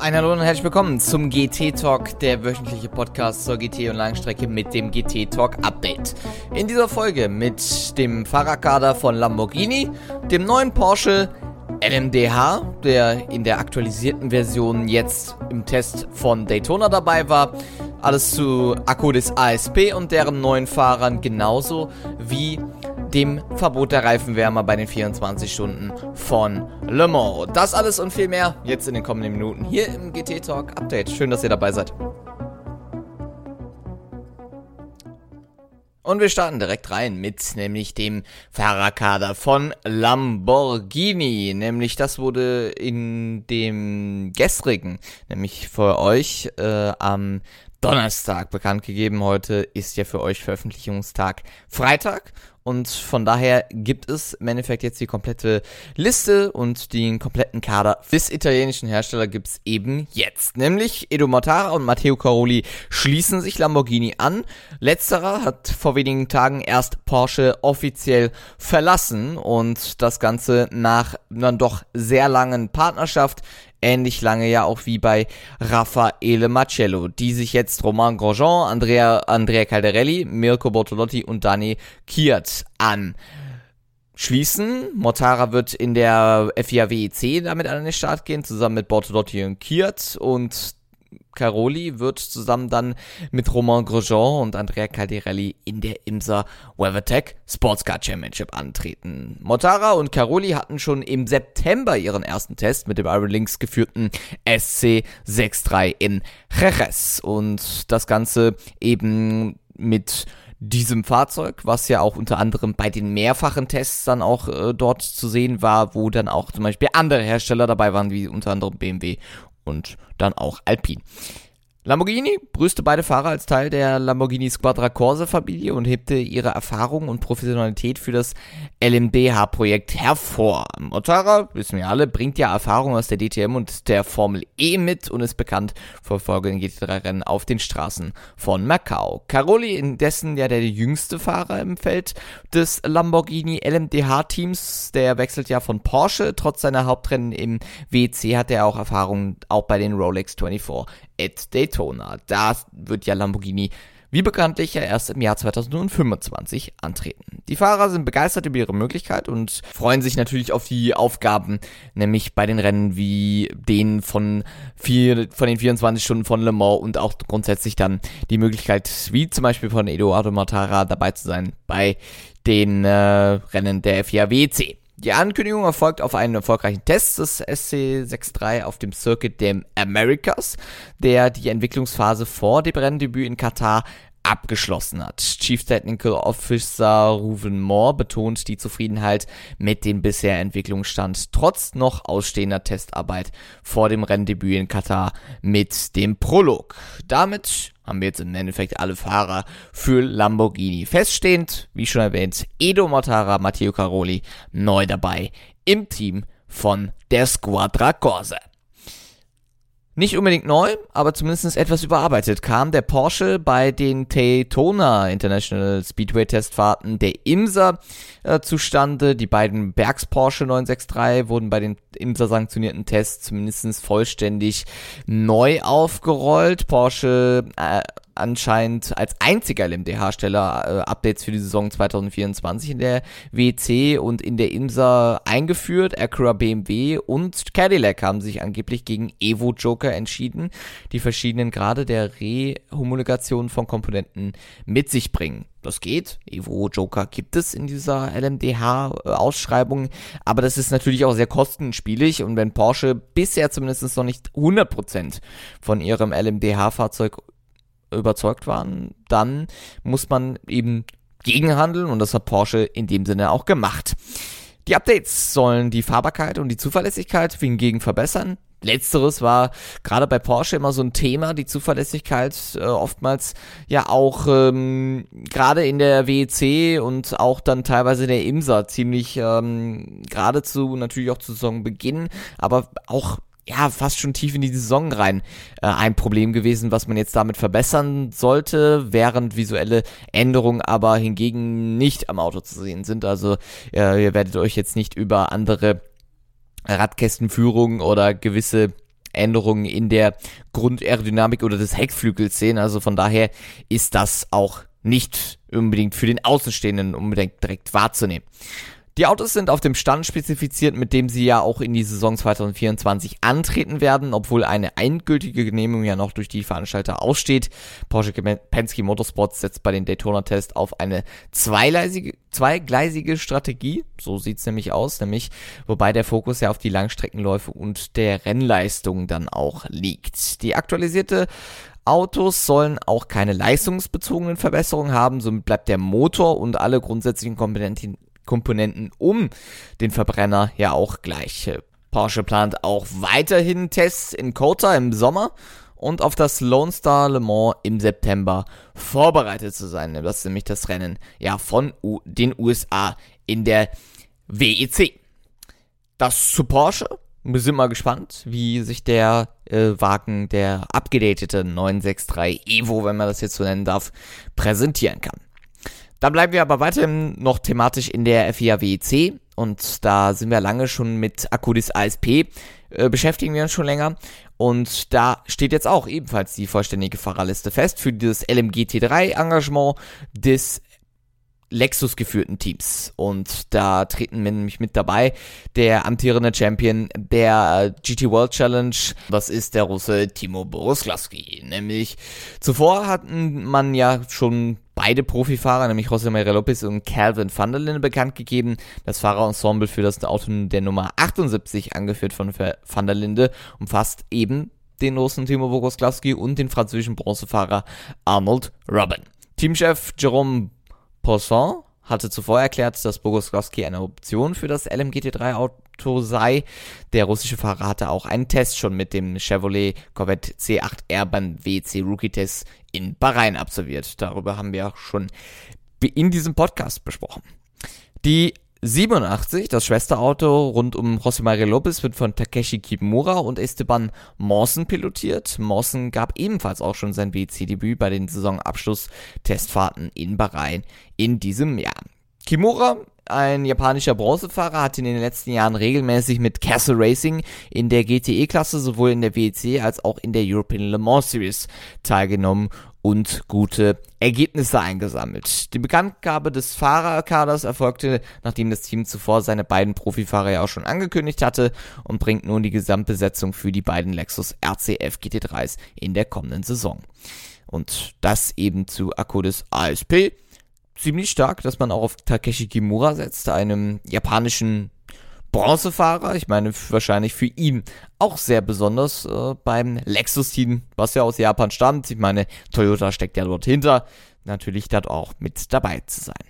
Ein Hallo und herzlich willkommen zum GT Talk, der wöchentliche Podcast zur GT und Langstrecke mit dem GT Talk Update. In dieser Folge mit dem Fahrerkader von Lamborghini, dem neuen Porsche LMDH, der in der aktualisierten Version jetzt im Test von Daytona dabei war, alles zu Akku des ASP und deren neuen Fahrern, genauso wie dem Verbot der Reifenwärmer bei den 24 Stunden von Le Mans. Das alles und viel mehr jetzt in den kommenden Minuten hier im GT Talk Update. Schön, dass ihr dabei seid. Und wir starten direkt rein mit nämlich dem Fahrerkader von Lamborghini. Nämlich das wurde in dem gestrigen, nämlich für euch am Donnerstag bekannt gegeben. Heute ist ja für euch Veröffentlichungstag Freitag. Und von daher gibt es im Endeffekt jetzt die komplette Liste und den kompletten Kader des italienischen Hersteller gibt's eben jetzt. Nämlich Edo Mortara und Matteo Caroli schließen sich Lamborghini an. Letzterer hat vor wenigen Tagen erst Porsche offiziell verlassen und das Ganze nach einer doch sehr langen Partnerschaft. Ähnlich lange ja auch wie bei Raffaele Marcello, die sich jetzt Romain Grosjean, Andrea Caldarelli, Mirko Bortolotti und Dani Kvyat anschließen. Mortara wird in der FIA WEC damit an den Start gehen, zusammen mit Bortolotti und Kvyat, und Caroli wird zusammen dann mit Romain Grosjean und Andrea Caldarelli in der IMSA WeatherTech Sportscar Championship antreten. Mortara und Caroli hatten schon im September ihren ersten Test mit dem Iron Lynx geführten SC63 in Jerez und das Ganze eben mit diesem Fahrzeug, was ja auch unter anderem bei den mehrfachen Tests dann auch dort zu sehen war, wo dann auch zum Beispiel andere Hersteller dabei waren, wie unter anderem BMW und dann auch Alpine. Lamborghini begrüßte beide Fahrer als Teil der Lamborghini Squadra Corsa Familie und hebte ihre Erfahrung und Professionalität für das LMDH-Projekt hervor. Mortara, wissen wir alle, bringt ja Erfahrung aus der DTM und der Formel E mit und ist bekannt für Erfolge in GT3-Rennen auf den Straßen von Macau. Caroli indessen ja der jüngste Fahrer im Feld des Lamborghini LMDH-Teams, der wechselt ja von Porsche. Trotz seiner Hauptrennen im WEC hat er auch Erfahrung auch bei den Rolex 24 at Daytona. Da wird ja Lamborghini wie bekanntlich ja erst im Jahr 2025 antreten. Die Fahrer sind begeistert über ihre Möglichkeit und freuen sich natürlich auf die Aufgaben, nämlich bei den Rennen wie denen von den 24 Stunden von Le Mans und auch grundsätzlich dann die Möglichkeit, wie zum Beispiel von Edoardo Mortara, dabei zu sein bei den Rennen der FIA WEC. Die Ankündigung erfolgt auf einen erfolgreichen Test des SC63 auf dem Circuit der Americas, der die Entwicklungsphase vor dem Renndebüt in Katar abgeschlossen hat. Chief Technical Officer Reuven Moore betont die Zufriedenheit mit dem bisher Entwicklungsstand trotz noch ausstehender Testarbeit vor dem Renndebüt in Katar mit dem Prolog. Damit haben wir jetzt im Endeffekt alle Fahrer für Lamborghini feststehend. Wie schon erwähnt, Edo Mortara, Matteo Caroli neu dabei im Team von der Squadra Corsa. Nicht unbedingt neu, aber zumindest etwas überarbeitet kam der Porsche bei den Daytona International Speedway Testfahrten der IMSA zustande. Die beiden Bergs Porsche 963 wurden bei den IMSA sanktionierten Tests zumindest vollständig neu aufgerollt. Porsche anscheinend als einziger LMDH-Hersteller Updates für die Saison 2024 in der WEC und in der IMSA eingeführt. Acura, BMW und Cadillac haben sich angeblich gegen Evo Joker entschieden, die verschiedenen Grade der Rehomologation von Komponenten mit sich bringen. Das geht. Evo Joker gibt es in dieser LMDH-Ausschreibung, aber das ist natürlich auch sehr kostenspielig und wenn Porsche bisher zumindest noch nicht 100% von ihrem LMDH-Fahrzeug überzeugt waren, dann muss man eben gegenhandeln und das hat Porsche in dem Sinne auch gemacht. Die Updates sollen die Fahrbarkeit und die Zuverlässigkeit hingegen verbessern. Letzteres war gerade bei Porsche immer so ein Thema, die Zuverlässigkeit oftmals ja auch gerade in der WEC und auch dann teilweise in der IMSA ziemlich geradezu natürlich auch zu Saisonbeginn, aber auch ja, fast schon tief in die Saison rein ein Problem gewesen, was man jetzt damit verbessern sollte, während visuelle Änderungen aber hingegen nicht am Auto zu sehen sind. Also ihr werdet euch jetzt nicht über andere Radkästenführung oder gewisse Änderungen in der Grundaerodynamik oder des Heckflügels sehen. Also von daher ist das auch nicht unbedingt für den Außenstehenden unbedingt direkt wahrzunehmen. Die Autos sind auf dem Stand spezifiziert, mit dem sie ja auch in die Saison 2024 antreten werden, obwohl eine endgültige Genehmigung ja noch durch die Veranstalter aussteht. Porsche Penske Motorsport setzt bei den Daytona-Tests auf eine zweigleisige Strategie, so sieht's nämlich aus, wobei der Fokus ja auf die Langstreckenläufe und der Rennleistung dann auch liegt. Die aktualisierte Autos sollen auch keine leistungsbezogenen Verbesserungen haben, somit bleibt der Motor und alle grundsätzlichen Komponenten um den Verbrenner ja auch gleich. Porsche plant auch weiterhin Tests in COTA im Sommer und auf das Lone Star Le Mans im September vorbereitet zu sein. Das ist nämlich das Rennen ja von den USA in der WEC. Das zu Porsche. Wir sind mal gespannt, wie sich der Wagen, der abgedatete 963 Evo, wenn man das jetzt so nennen darf, präsentieren kann. Dann bleiben wir aber weiterhin noch thematisch in der FIA WEC und da sind wir lange schon mit Akkodis ASP, beschäftigen wir uns schon länger und da steht jetzt auch ebenfalls die vollständige Fahrerliste fest für dieses LMGT3-Engagement des Lexus geführten Teams und da treten nämlich mit dabei der amtierende Champion der GT World Challenge, das ist der Russe Timo Bogoslawski. Nämlich zuvor hatten man ja schon beide Profifahrer, nämlich José María López und Calvin van der Linde, bekannt gegeben. Das Fahrerensemble für das Auto der Nummer 78, angeführt von van der Linde, umfasst eben den Russen Timo Bogoslawski und den französischen Bronzefahrer Arnold Robben. Teamchef Jérôme Poisson hatte zuvor erklärt, dass Bogoslawski eine Option für das LMGT3-Auto sei. Der russische Fahrer hatte auch einen Test schon mit dem Chevrolet Corvette C8R beim WEC Rookie-Test in Bahrain absolviert. Darüber haben wir schon in diesem Podcast besprochen. Die 87, das Schwesterauto rund um José María López, wird von Takeshi Kimura und Esteban Mawson pilotiert. Mawson gab ebenfalls auch schon sein WEC-Debüt bei den Saisonabschluss-Testfahrten in Bahrain in diesem Jahr. Kimura, ein japanischer Bronzefahrer, hat in den letzten Jahren regelmäßig mit Castle Racing in der GTE-Klasse sowohl in der WEC als auch in der European Le Mans Series teilgenommen und gute Ergebnisse eingesammelt. Die Bekanntgabe des Fahrerkaders erfolgte, nachdem das Team zuvor seine beiden Profifahrer ja auch schon angekündigt hatte und bringt nun die Gesamtbesetzung für die beiden Lexus RCF GT3s in der kommenden Saison. Und das eben zu Akkodis ASP. Ziemlich stark, dass man auch auf Takeshi Kimura setzt, einem japanischen Bronzefahrer. Ich meine, wahrscheinlich für ihn auch sehr besonders beim Lexus-Team, was ja aus Japan stammt. Ich meine, Toyota steckt ja dort hinter. Natürlich dort auch mit dabei zu sein.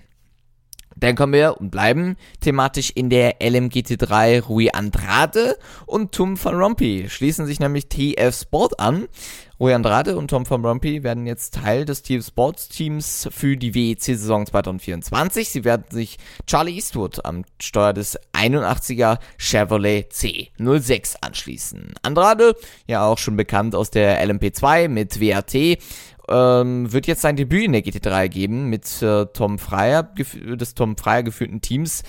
Dann kommen wir und bleiben thematisch in der LMGT3. Rui Andrade und Tom van Rompuy schließen sich nämlich TF Sport an. Rui Andrade und Tom van Rompuy werden jetzt Teil des TF Sports Teams für die WEC-Saison 2024. Sie werden sich Charlie Eastwood am Steuer des 81er Chevrolet C06 anschließen. Andrade, ja auch schon bekannt aus der LMP2 mit WRT, wird jetzt sein Debüt in der GT3 geben mit Tom Fryer geführten Teams.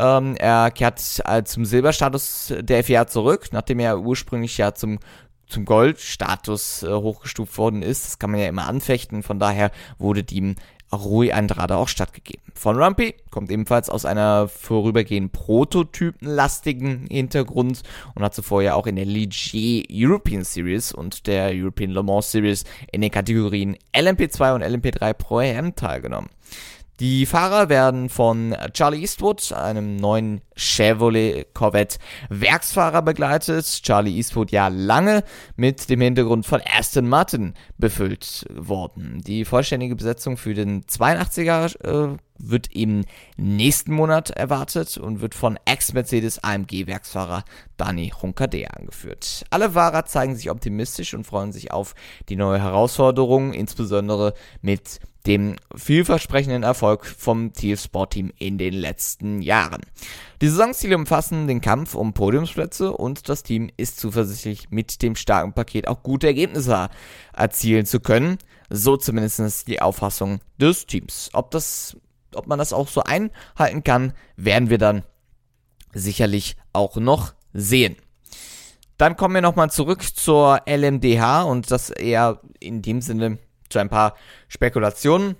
Er kehrt zum Silberstatus der FIA zurück, nachdem er ursprünglich ja zum Goldstatus hochgestuft worden ist. Das kann man ja immer anfechten, von daher wurde ihm Rui Andrade auch stattgegeben. Van Rompuy kommt ebenfalls aus einer vorübergehend prototypenlastigen Hintergrund und hat zuvor ja auch in der Ligier European Series und der European Le Mans Series in den Kategorien LMP2 und LMP3 Pro AM teilgenommen. Die Fahrer werden von Charlie Eastwood, einem neuen Chevrolet Corvette Werksfahrer, begleitet. Charlie Eastwood ja lange mit dem Hintergrund von Aston Martin befüllt worden. Die vollständige Besetzung für den 82er wird im nächsten Monat erwartet und wird von Ex-Mercedes AMG Werksfahrer Dani Juncadella angeführt. Alle Fahrer zeigen sich optimistisch und freuen sich auf die neue Herausforderung, insbesondere mit dem vielversprechenden Erfolg vom TF Sport Team in den letzten Jahren. Die Saisonziele umfassen den Kampf um Podiumsplätze und das Team ist zuversichtlich, mit dem starken Paket auch gute Ergebnisse erzielen zu können. So zumindest die Auffassung des Teams. Ob man das auch so einhalten kann, werden wir dann sicherlich auch noch sehen. Dann kommen wir nochmal zurück zur LMDH und das eher in dem Sinne zu ein paar Spekulationen.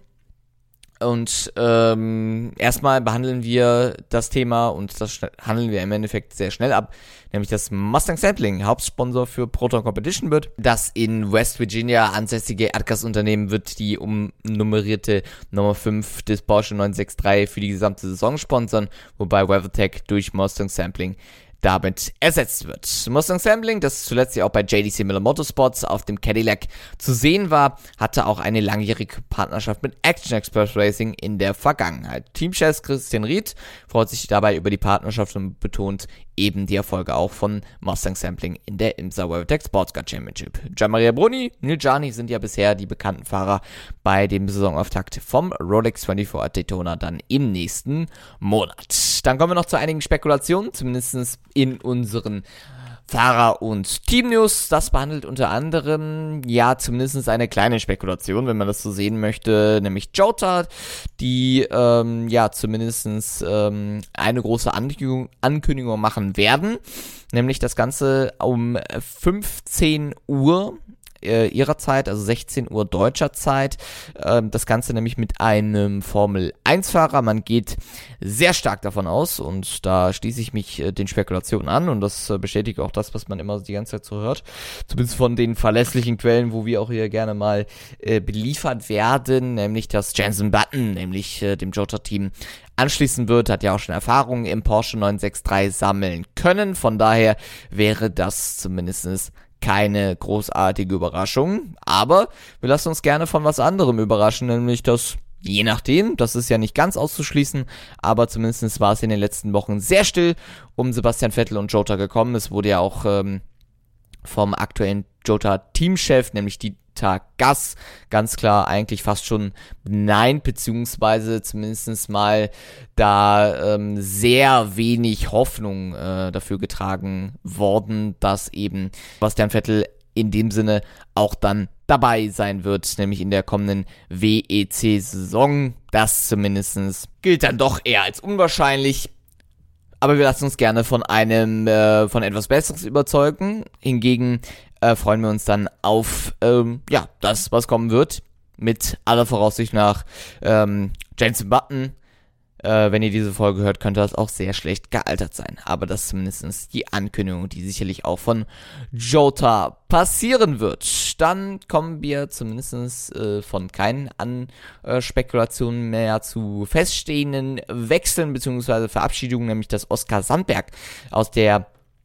Und erstmal behandeln wir das Thema und das handeln wir im Endeffekt sehr schnell ab, nämlich dass Mustang Sampling Hauptsponsor für Proton Competition wird. Das in West Virginia ansässige Erdgasunternehmen wird die umnummerierte Nummer 5 des Porsche 963 für die gesamte Saison sponsern, wobei WeatherTech durch Mustang Sampling damit ersetzt wird. Mustang Sampling, das zuletzt ja auch bei JDC Miller Motorsports auf dem Cadillac zu sehen war, hatte auch eine langjährige Partnerschaft mit Action Express Racing in der Vergangenheit. Teamchef Christian Ried freut sich dabei über die Partnerschaft und betont eben die Erfolge auch von Mustang Sampling in der IMSA WeatherTech Sportscar Championship. Gianmaria Bruni, Nil Jani sind ja bisher die bekannten Fahrer bei dem Saisonauftakt vom Rolex 24 at Daytona dann im nächsten Monat. Dann kommen wir noch zu einigen Spekulationen, zumindest in unseren Fahrer- und Team-News. Das behandelt unter anderem, ja, zumindest eine kleine Spekulation, wenn man das so sehen möchte, nämlich Jota, die, zumindest eine große Ankündigung machen werden, nämlich das Ganze um 15 Uhr ihrer Zeit, also 16 Uhr deutscher Zeit. Das Ganze nämlich mit einem Formel-1-Fahrer. Man geht sehr stark davon aus und da schließe ich mich den Spekulationen an und das bestätigt auch das, was man immer die ganze Zeit so hört. Zumindest von den verlässlichen Quellen, wo wir auch hier gerne mal beliefert werden, nämlich dass Jenson Button, nämlich dem Jota-Team, anschließen wird, hat ja auch schon Erfahrungen im Porsche 963 sammeln können. Von daher wäre das zumindest keine großartige Überraschung, aber wir lassen uns gerne von was anderem überraschen, nämlich dass, je nachdem, das ist ja nicht ganz auszuschließen, aber zumindest war es in den letzten Wochen sehr still um Sebastian Vettel und Jota gekommen. Es wurde ja auch vom aktuellen Jota-Teamchef, nämlich Dieter Gass, ganz klar eigentlich fast schon nein, beziehungsweise zumindest mal da sehr wenig Hoffnung dafür getragen worden, dass eben Sebastian Vettel in dem Sinne auch dann dabei sein wird, nämlich in der kommenden WEC-Saison. Das zumindest gilt dann doch eher als unwahrscheinlich. Aber wir lassen uns gerne von etwas Besseres überzeugen. Hingegen freuen wir uns dann auf das, was kommen wird. Mit aller Voraussicht nach Jenson Button. Wenn ihr diese Folge hört, könnte das auch sehr schlecht gealtert sein. Aber das ist zumindest die Ankündigung, die sicherlich auch von Jota passieren wird. Dann kommen wir zumindest von keinen Spekulationen mehr zu feststehenden Wechseln bzw. Verabschiedungen, nämlich dass Oscar Sandberg aus dem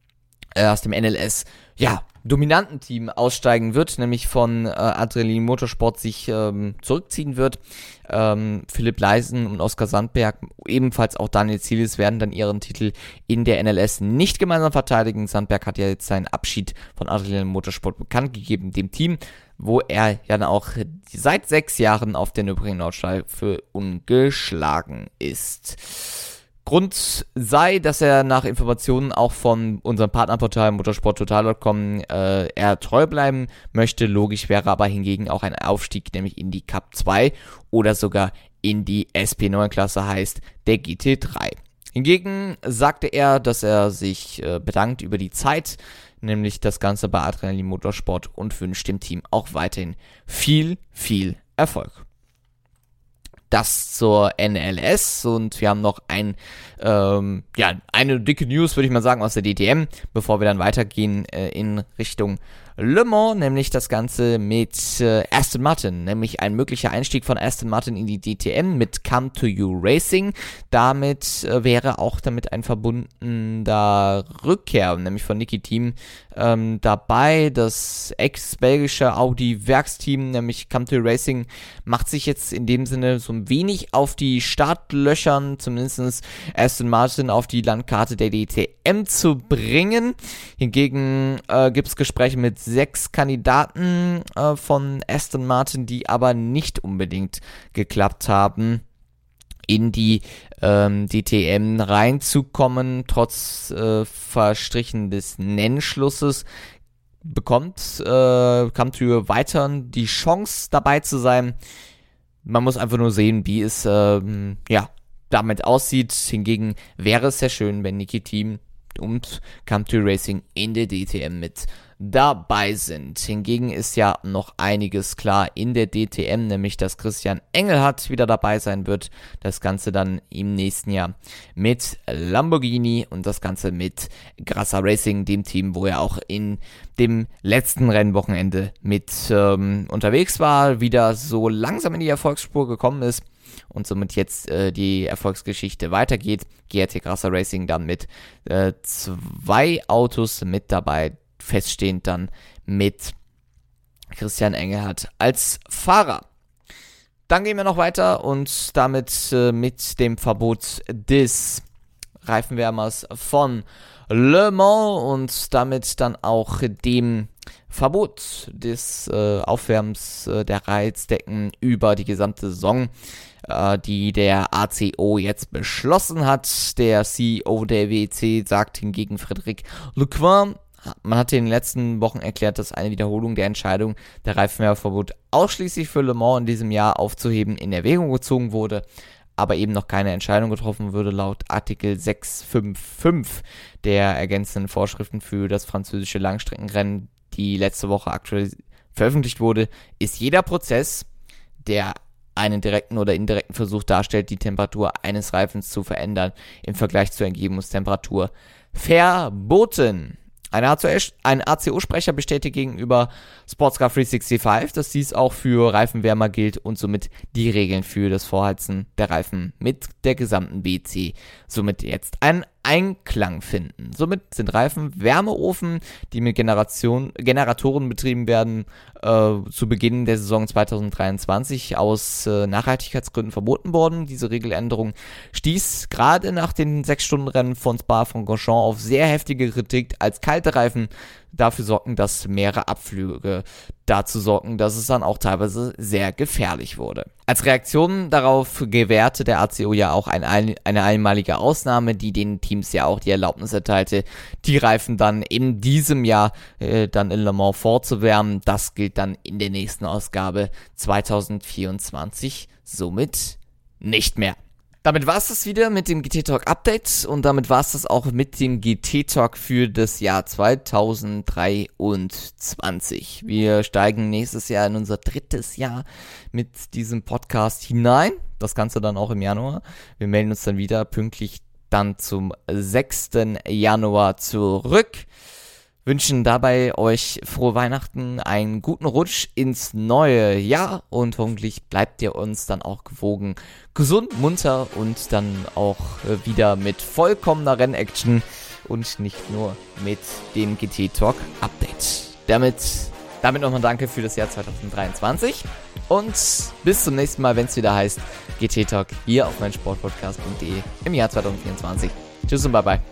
NLS, dominanten Team aussteigen wird, nämlich von Adrenalin Motorsport sich zurückziehen wird. Philipp Leisen und Oscar Sandberg, ebenfalls auch Daniel Zielis, werden dann ihren Titel in der NLS nicht gemeinsam verteidigen. Sandberg hat ja jetzt seinen Abschied von Adrenalin Motorsport bekannt gegeben, dem Team, wo er ja dann auch seit 6 Jahren auf der Nürburgring-Nordschleife ungeschlagen ist. Grund sei, dass er nach Informationen auch von unserem Partnerportal motorsporttotal.com er treu bleiben möchte. Logisch wäre aber hingegen auch ein Aufstieg, nämlich in die Cup 2 oder sogar in die SP9-Klasse, heißt der GT3. Hingegen sagte er, dass er sich bedankt über die Zeit, nämlich das Ganze bei Adrenalin Motorsport, und wünscht dem Team auch weiterhin viel, viel Erfolg. Das zur NLS, und wir haben noch eine dicke News, würde ich mal sagen, aus der DTM, bevor wir dann weitergehen in Richtung Le Mans, nämlich das Ganze mit Aston Martin, nämlich ein möglicher Einstieg von Aston Martin in die DTM mit Come to You Racing. Damit wäre auch damit ein verbundener Rückkehr, nämlich von Niki Team dabei. Das ex-belgische Audi-Werksteam, nämlich Come to You Racing, macht sich jetzt in dem Sinne so ein wenig auf die Startlöchern, zumindest Aston Martin auf die Landkarte der DTM zu bringen. Hingegen gibt es Gespräche mit 6 Kandidaten von Aston Martin, die aber nicht unbedingt geklappt haben, in die DTM reinzukommen. Trotz Verstrichen des Nennschlusses bekommt Come to You weiter die Chance, dabei zu sein. Man muss einfach nur sehen, wie es damit aussieht. Hingegen wäre es sehr schön, wenn Niki Team und Country Racing in der DTM mit dabei sind. Hingegen ist ja noch einiges klar in der DTM, nämlich dass Christian Engelhardt wieder dabei sein wird. Das Ganze dann im nächsten Jahr mit Lamborghini und das Ganze mit Grasser Racing, dem Team, wo er auch in dem letzten Rennwochenende mit unterwegs war, wieder so langsam in die Erfolgsspur gekommen ist und somit jetzt die Erfolgsgeschichte weitergeht. GRT Grasser Racing dann mit 2 Autos mit dabei, feststehend dann mit Christian Engelhardt als Fahrer. Dann gehen wir noch weiter und damit mit dem Verbot des Reifenwärmers von Le Mans und damit dann auch dem Verbot des Aufwärmens der Reizdecken über die gesamte Saison, die der ACO jetzt beschlossen hat. Der CEO der WEC sagt hingegen Frédéric Lecointre, man hat in den letzten Wochen erklärt, dass eine Wiederholung der Entscheidung, der Reifenwärmeverbot ausschließlich für Le Mans in diesem Jahr aufzuheben, in Erwägung gezogen wurde, aber eben noch keine Entscheidung getroffen würde. Laut Artikel 655 der ergänzenden Vorschriften für das französische Langstreckenrennen, die letzte Woche aktuell veröffentlicht wurde, ist jeder Prozess, der einen direkten oder indirekten Versuch darstellt, die Temperatur eines Reifens zu verändern im Vergleich zur Ergebungstemperatur, verboten. Ein ACO-Sprecher bestätigt gegenüber Sportscar 365, dass dies auch für Reifenwärmer gilt und somit die Regeln für das Vorheizen der Reifen mit der gesamten WEC somit jetzt einen Einklang finden. Somit sind Reifenwärmeofen, die mit Generatoren betrieben werden, zu Beginn der Saison 2023 aus Nachhaltigkeitsgründen verboten worden. Diese Regeländerung stieß gerade nach den 6-Stunden-Rennen von Spa-Francorchamps auf sehr heftige Kritik, als kalte Reifen dafür sorgen, dass mehrere Abflüge dazu sorgen, dass es dann auch teilweise sehr gefährlich wurde. Als Reaktion darauf gewährte der ACO ja auch eine einmalige Ausnahme, die den Teams ja auch die Erlaubnis erteilte, die Reifen dann in diesem Jahr dann in Le Mans vorzuwärmen. Das gilt dann in der nächsten Ausgabe 2024 somit nicht mehr. Damit war es das wieder mit dem GT Talk Update und damit war es das auch mit dem GT Talk für das Jahr 2023. Wir steigen nächstes Jahr in unser 3. Jahr mit diesem Podcast hinein. Das Ganze dann auch im Januar. Wir melden uns dann wieder pünktlich dann zum 6. Januar zurück. Wünschen dabei euch frohe Weihnachten, einen guten Rutsch ins neue Jahr und hoffentlich bleibt ihr uns dann auch gewogen, gesund, munter und dann auch wieder mit vollkommener Rennaction und nicht nur mit dem GT Talk Update. Damit nochmal danke für das Jahr 2023 und bis zum nächsten Mal, wenn es wieder heißt GT Talk hier auf meinsportpodcast.de im Jahr 2024. Tschüss und bye bye.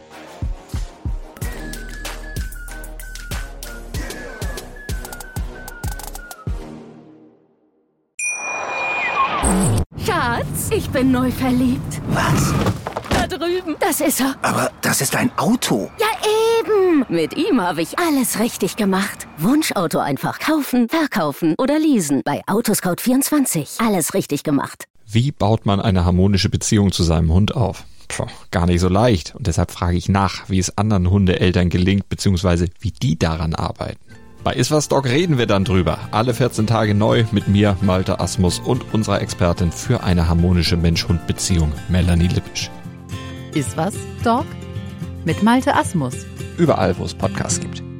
Schatz, ich bin neu verliebt. Was? Da drüben. Das ist er. Aber das ist ein Auto. Ja, eben. Mit ihm habe ich alles richtig gemacht. Wunschauto einfach kaufen, verkaufen oder leasen. Bei Autoscout24. Alles richtig gemacht. Wie baut man eine harmonische Beziehung zu seinem Hund auf? Gar nicht so leicht. Und deshalb frage ich nach, wie es anderen Hundeeltern gelingt, beziehungsweise wie die daran arbeiten. Bei Iswas Dog reden wir dann drüber. Alle 14 Tage neu mit mir, Malte Asmus und unserer Expertin für eine harmonische Mensch-Hund-Beziehung, Melanie Lippisch. Iswas Dog mit Malte Asmus. Überall, wo es Podcasts gibt.